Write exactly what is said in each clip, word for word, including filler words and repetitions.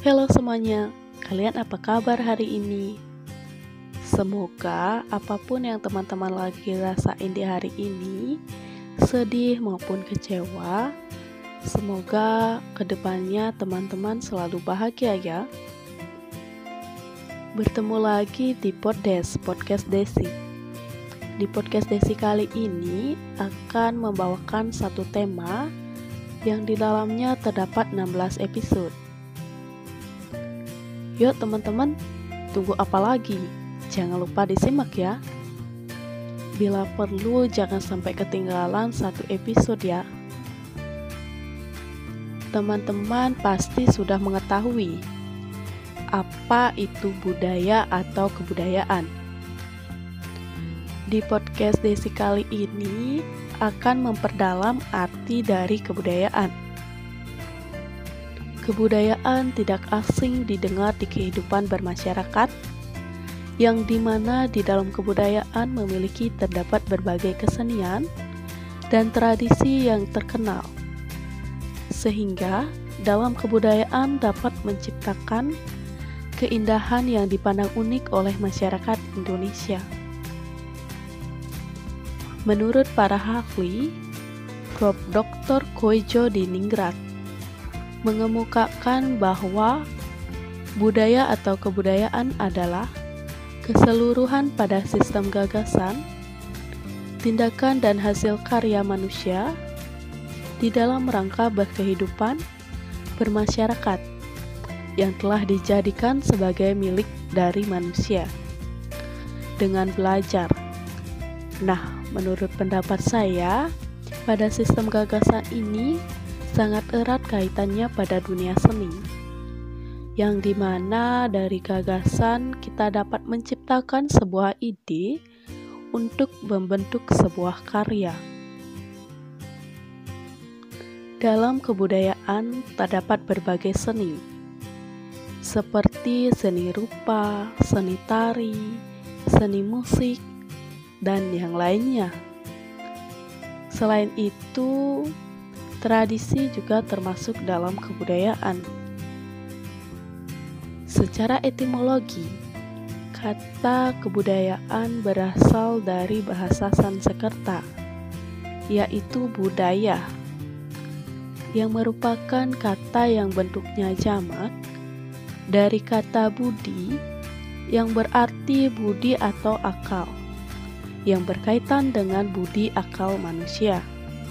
Halo semuanya, kalian apa kabar hari ini? Semoga apapun yang teman-teman lagi rasain di hari ini, sedih maupun kecewa, semoga kedepannya teman-teman selalu bahagia ya. Bertemu lagi di Poddes, Podcast Desi. Di Podcast Desi kali ini akan membawakan satu tema yang di dalamnya terdapat enam belas episode. Yuk teman-teman, tunggu apa lagi? Jangan lupa disimak ya. Bila perlu jangan sampai ketinggalan satu episode ya. Teman-teman pasti sudah mengetahui apa itu budaya atau kebudayaan. Di podcast Desi kali ini akan memperdalam arti dari kebudayaan. Kebudayaan tidak asing didengar di kehidupan bermasyarakat, yang dimana di dalam kebudayaan memiliki terdapat berbagai kesenian dan tradisi yang terkenal, sehingga dalam kebudayaan dapat menciptakan keindahan yang dipandang unik oleh masyarakat Indonesia. Menurut para ahli, Profesor Doktor Koijo Diningrat mengemukakan bahwa budaya atau kebudayaan adalah keseluruhan pada sistem gagasan, tindakan dan hasil karya manusia di dalam rangka berkehidupan bermasyarakat yang telah dijadikan sebagai milik dari manusia dengan belajar. Nah, menurut pendapat saya, pada sistem gagasan ini sangat erat kaitannya pada dunia seni, yang dimana dari gagasan kita dapat menciptakan sebuah ide untuk membentuk sebuah karya. Dalam kebudayaan terdapat berbagai seni, seperti seni rupa, seni tari, seni musik, dan yang lainnya. Selain itu, tradisi juga termasuk dalam kebudayaan. Secara etimologi, kata kebudayaan berasal dari bahasa Sanskerta, yaitu budaya, yang merupakan kata yang bentuknya jamak dari kata budi, yang berarti budi atau akal, yang berkaitan dengan budi akal manusia.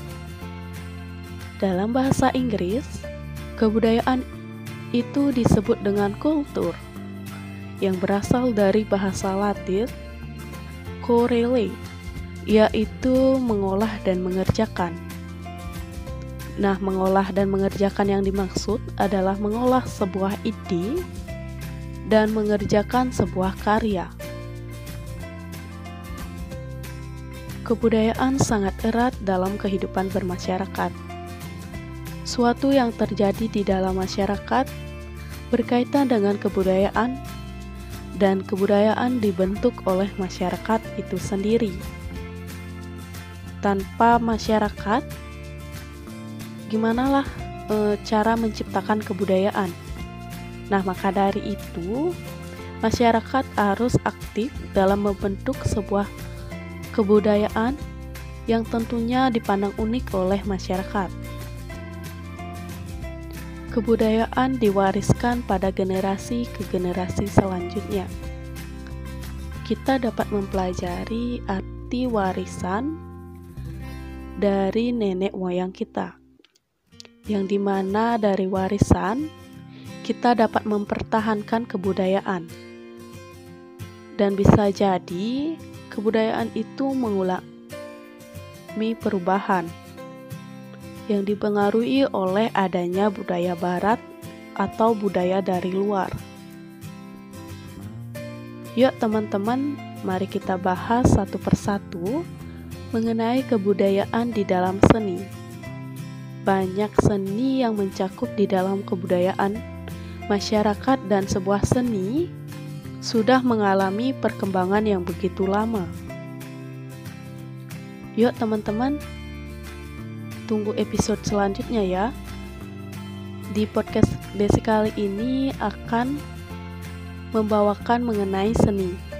Dalam bahasa Inggris, kebudayaan itu disebut dengan kultur, yang berasal dari bahasa Latin correre, yaitu mengolah dan mengerjakan. Nah, mengolah dan mengerjakan yang dimaksud adalah mengolah sebuah ide dan mengerjakan sebuah karya. Kebudayaan sangat erat dalam kehidupan bermasyarakat. Suatu yang terjadi di dalam masyarakat berkaitan dengan kebudayaan, dan kebudayaan dibentuk oleh masyarakat itu sendiri. Tanpa masyarakat, gimanalah e, cara menciptakan kebudayaan? Nah, maka dari itu, masyarakat harus aktif dalam membentuk sebuah kebudayaan yang tentunya dipandang unik oleh masyarakat. Kebudayaan diwariskan pada generasi ke generasi selanjutnya. Kita dapat mempelajari arti warisan dari nenek moyang kita, yang dimana dari warisan kita dapat mempertahankan kebudayaan, dan bisa jadi kebudayaan itu mengalami perubahan yang dipengaruhi oleh adanya budaya barat atau budaya dari luar. Yuk teman-teman, mari kita bahas satu persatu mengenai kebudayaan di dalam seni. Banyak seni yang mencakup di dalam kebudayaan masyarakat, dan sebuah seni sudah mengalami perkembangan yang begitu lama. Yuk teman-teman, tunggu episode selanjutnya ya. Di podcast Desi kali ini akan membawakan mengenai seni.